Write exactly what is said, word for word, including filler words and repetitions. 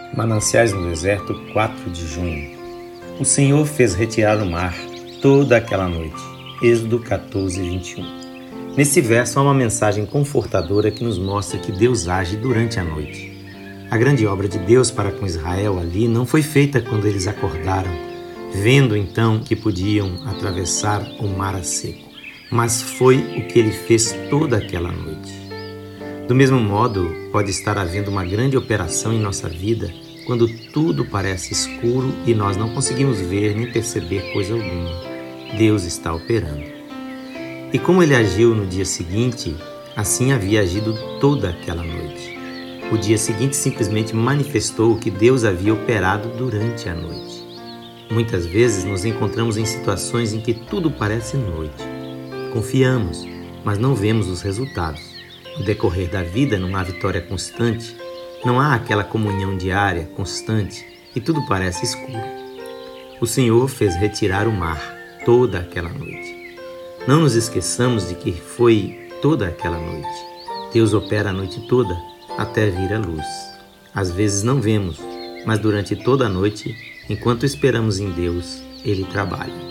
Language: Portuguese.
Mananciais no Deserto, quatro de junho. O Senhor fez retirar o mar toda aquela noite. Êxodo quatorze, vinte e um. Nesse verso há uma mensagem confortadora que nos mostra que Deus age durante a noite. A grande obra de Deus para com Israel ali não foi feita quando eles acordaram, vendo então que podiam atravessar o mar a seco, mas foi o que ele fez toda aquela noite. Do mesmo modo, pode estar havendo uma grande operação em nossa vida quando tudo parece escuro e nós não conseguimos ver nem perceber coisa alguma. Deus está operando. E como ele agiu no dia seguinte, assim havia agido toda aquela noite. O dia seguinte simplesmente manifestou o que Deus havia operado durante a noite. Muitas vezes nos encontramos em situações em que tudo parece noite. Confiamos, mas não vemos os resultados. No decorrer da vida, não há vitória constante, não há aquela comunhão diária, constante, e tudo parece escuro. O Senhor fez retirar o mar toda aquela noite. Não nos esqueçamos de que foi toda aquela noite. Deus opera a noite toda, até vir a luz. Às vezes não vemos, mas durante toda a noite, enquanto esperamos em Deus, Ele trabalha.